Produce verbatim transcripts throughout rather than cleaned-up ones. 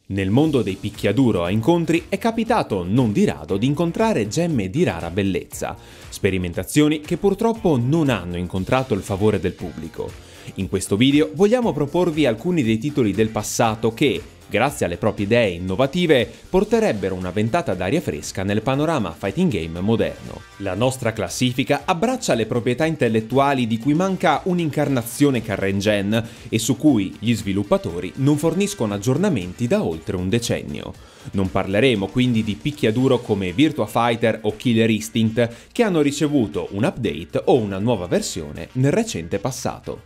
Nel mondo dei picchiaduro a incontri è capitato non di rado di incontrare gemme di rara bellezza, sperimentazioni che purtroppo non hanno incontrato il favore del pubblico. In questo video vogliamo proporvi alcuni dei titoli del passato che, grazie alle proprie idee innovative, porterebbero una ventata d'aria fresca nel panorama fighting game moderno. La nostra classifica abbraccia le proprietà intellettuali di cui manca un'incarnazione current gen e su cui gli sviluppatori non forniscono aggiornamenti da oltre un decennio. Non parleremo quindi di picchiaduro come Virtua Fighter o Killer Instinct che hanno ricevuto un update o una nuova versione nel recente passato.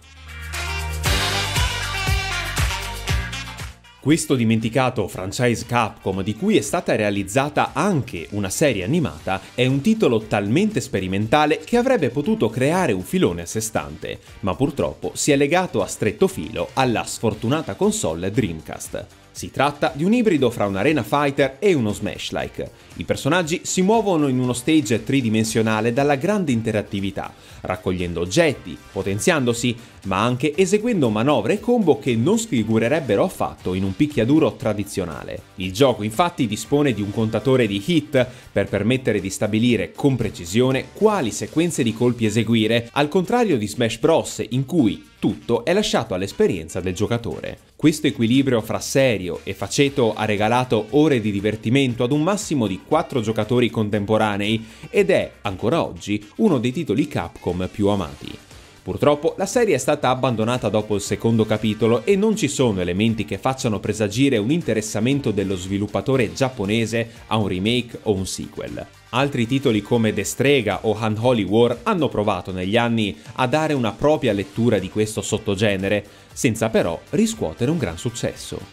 Questo dimenticato franchise Capcom, di cui è stata realizzata anche una serie animata, è un titolo talmente sperimentale che avrebbe potuto creare un filone a sé stante, ma purtroppo si è legato a stretto filo alla sfortunata console Dreamcast. Si tratta di un ibrido fra un arena fighter e uno smash-like. I personaggi si muovono in uno stage tridimensionale dalla grande interattività, raccogliendo oggetti, potenziandosi, ma anche eseguendo manovre e combo che non sfigurerebbero affatto in un picchiaduro tradizionale. Il gioco infatti dispone di un contatore di hit per permettere di stabilire con precisione quali sequenze di colpi eseguire, al contrario di Smash Bros, in cui tutto è lasciato all'esperienza del giocatore. Questo equilibrio fra serio e faceto ha regalato ore di divertimento ad un massimo di quattro giocatori contemporanei ed è, ancora oggi, uno dei titoli Capcom più amati. Purtroppo la serie è stata abbandonata dopo il secondo capitolo e non ci sono elementi che facciano presagire un interessamento dello sviluppatore giapponese a un remake o un sequel. Altri titoli come The Strega o Unholy War hanno provato negli anni a dare una propria lettura di questo sottogenere, senza però riscuotere un gran successo.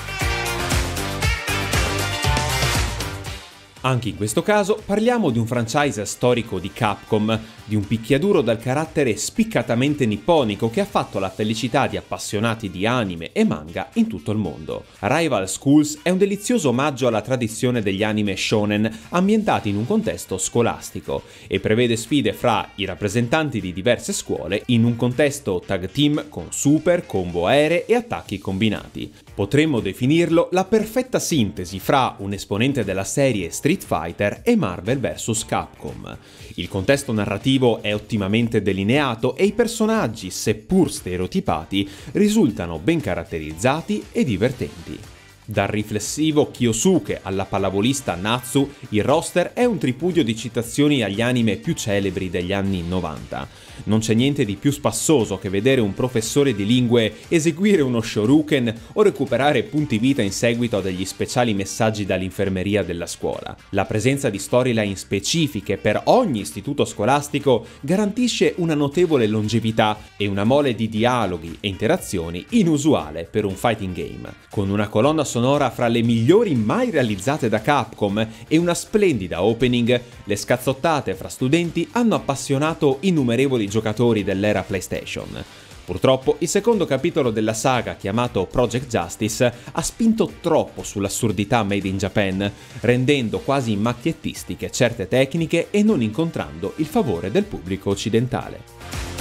Anche in questo caso parliamo di un franchise storico di Capcom, di un picchiaduro dal carattere spiccatamente nipponico che ha fatto la felicità di appassionati di anime e manga in tutto il mondo. Rival Schools è un delizioso omaggio alla tradizione degli anime shonen ambientati in un contesto scolastico e prevede sfide fra i rappresentanti di diverse scuole in un contesto tag team con super, combo aeree e attacchi combinati. Potremmo definirlo la perfetta sintesi fra un esponente della serie Street Fighter e Marvel versus Capcom. Il contesto narrativo è ottimamente delineato e i personaggi, seppur stereotipati, risultano ben caratterizzati e divertenti. Dal riflessivo Kyosuke alla pallavolista Natsu, il roster è un tripudio di citazioni agli anime più celebri degli anni novanta. Non c'è niente di più spassoso che vedere un professore di lingue eseguire uno shuriken o recuperare punti vita in seguito a degli speciali messaggi dall'infermeria della scuola. La presenza di storyline specifiche per ogni istituto scolastico garantisce una notevole longevità e una mole di dialoghi e interazioni inusuale per un fighting game. Con una colonna sonora fra le migliori mai realizzate da Capcom e una splendida opening, le scazzottate fra studenti hanno appassionato innumerevoli giocatori dell'era PlayStation. Purtroppo il secondo capitolo della saga, chiamato Project Justice, ha spinto troppo sull'assurdità made in Japan, rendendo quasi macchiettistiche certe tecniche e non incontrando il favore del pubblico occidentale.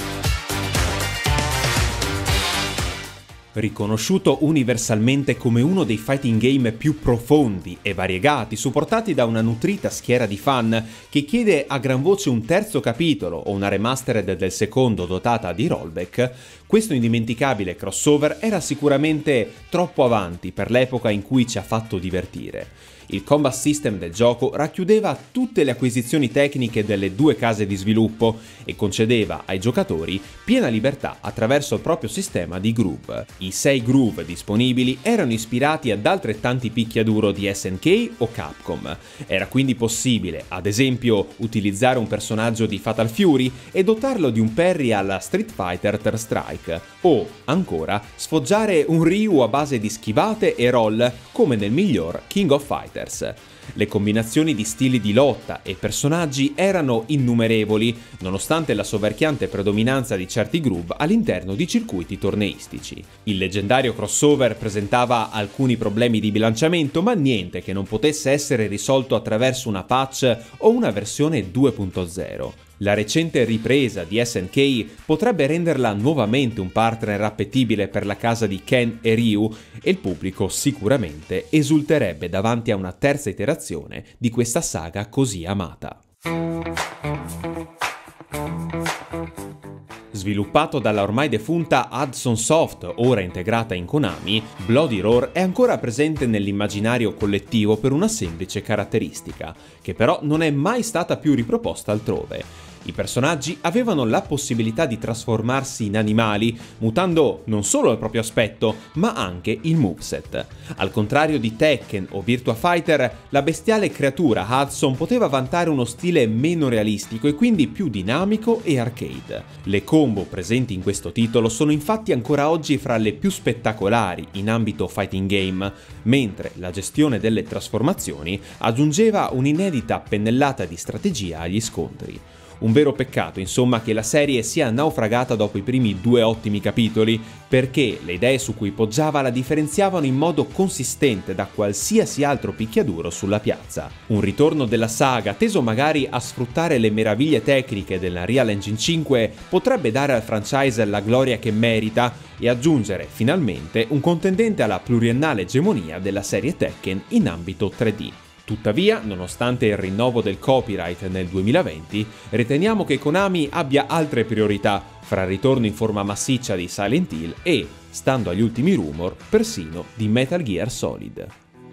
Riconosciuto universalmente come uno dei fighting game più profondi e variegati, supportati da una nutrita schiera di fan che chiede a gran voce un terzo capitolo o una remastered del secondo dotata di rollback, questo indimenticabile crossover era sicuramente troppo avanti per l'epoca in cui ci ha fatto divertire. Il combat system del gioco racchiudeva tutte le acquisizioni tecniche delle due case di sviluppo e concedeva ai giocatori piena libertà attraverso il proprio sistema di groove. I sei groove disponibili erano ispirati ad altrettanti picchiaduro di S N K o Capcom. Era quindi possibile, ad esempio, utilizzare un personaggio di Fatal Fury e dotarlo di un parry alla Street Fighter Third Strike, o, ancora, sfoggiare un Ryu a base di schivate e roll come nel miglior King of Fighters. Le combinazioni di stili di lotta e personaggi erano innumerevoli, nonostante la soverchiante predominanza di certi groove all'interno di circuiti torneistici. Il leggendario crossover presentava alcuni problemi di bilanciamento, ma niente che non potesse essere risolto attraverso una patch o una versione due punto zero. La recente ripresa di S N K potrebbe renderla nuovamente un partner appetibile per la casa di Ken e Ryu e il pubblico sicuramente esulterebbe davanti a una terza iterazione di questa saga così amata. Sviluppato dalla ormai defunta Hudson Soft, ora integrata in Konami, Bloody Roar è ancora presente nell'immaginario collettivo per una semplice caratteristica, che però non è mai stata più riproposta altrove. I personaggi avevano la possibilità di trasformarsi in animali, mutando non solo il proprio aspetto, ma anche il moveset. Al contrario di Tekken o Virtua Fighter, la bestiale creatura Hudson poteva vantare uno stile meno realistico e quindi più dinamico e arcade. Le combo presenti in questo titolo sono infatti ancora oggi fra le più spettacolari in ambito fighting game, mentre la gestione delle trasformazioni aggiungeva un'inedita pennellata di strategia agli scontri. Un vero peccato, insomma, che la serie sia naufragata dopo i primi due ottimi capitoli, perché le idee su cui poggiava la differenziavano in modo consistente da qualsiasi altro picchiaduro sulla piazza. Un ritorno della saga, teso magari a sfruttare le meraviglie tecniche della Real Engine cinque, potrebbe dare al franchise la gloria che merita e aggiungere, finalmente, un contendente alla pluriennale egemonia della serie Tekken in ambito tre D. Tuttavia, nonostante il rinnovo del copyright nel duemilaventi, riteniamo che Konami abbia altre priorità, fra il ritorno in forma massiccia di Silent Hill e, stando agli ultimi rumor, persino di Metal Gear Solid.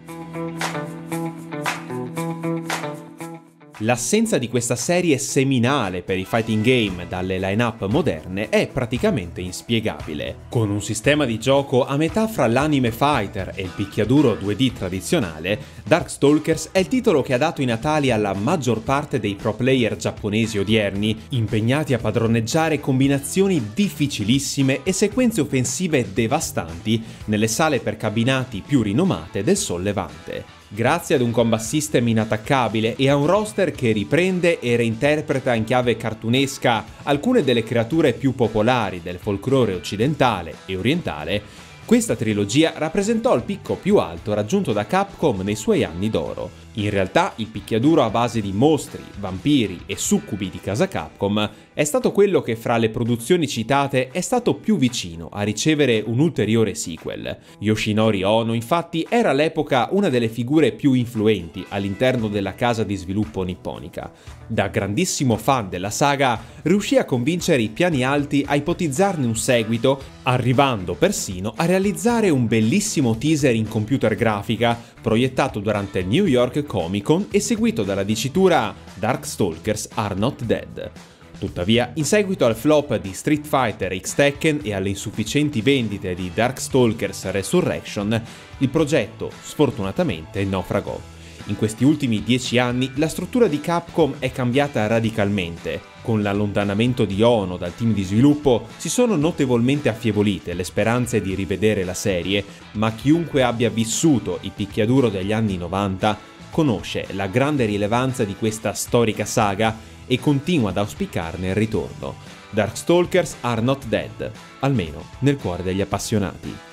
L'assenza di questa serie seminale per i fighting game dalle line-up moderne è praticamente inspiegabile. Con un sistema di gioco a metà fra l'anime fighter e il picchiaduro due D tradizionale, Darkstalkers è il titolo che ha dato i natali alla maggior parte dei pro player giapponesi odierni, impegnati a padroneggiare combinazioni difficilissime e sequenze offensive devastanti nelle sale per cabinati più rinomate del Sol Levante. Grazie ad un combat system inattaccabile e a un roster che riprende e reinterpreta in chiave cartunesca alcune delle creature più popolari del folklore occidentale e orientale, questa trilogia rappresentò il picco più alto raggiunto da Capcom nei suoi anni d'oro. In realtà il picchiaduro a base di mostri, vampiri e succubi di casa Capcom è stato quello che fra le produzioni citate è stato più vicino a ricevere un ulteriore sequel. Yoshinori Ono infatti era all'epoca una delle figure più influenti all'interno della casa di sviluppo nipponica. Da grandissimo fan della saga riuscì a convincere i piani alti a ipotizzarne un seguito, arrivando persino a realizzare un bellissimo teaser in computer grafica proiettato durante il New York Comic Con e seguito dalla dicitura "Darkstalkers are not dead". Tuttavia, in seguito al flop di Street Fighter X Tekken e alle insufficienti vendite di Darkstalkers Resurrection, il progetto sfortunatamente naufragò. In questi ultimi dieci anni la struttura di Capcom è cambiata radicalmente. Con l'allontanamento di Ono dal team di sviluppo si sono notevolmente affievolite le speranze di rivedere la serie, ma chiunque abbia vissuto il picchiaduro degli anni novanta conosce la grande rilevanza di questa storica saga e continua ad auspicarne il ritorno. Darkstalkers are not dead, almeno nel cuore degli appassionati.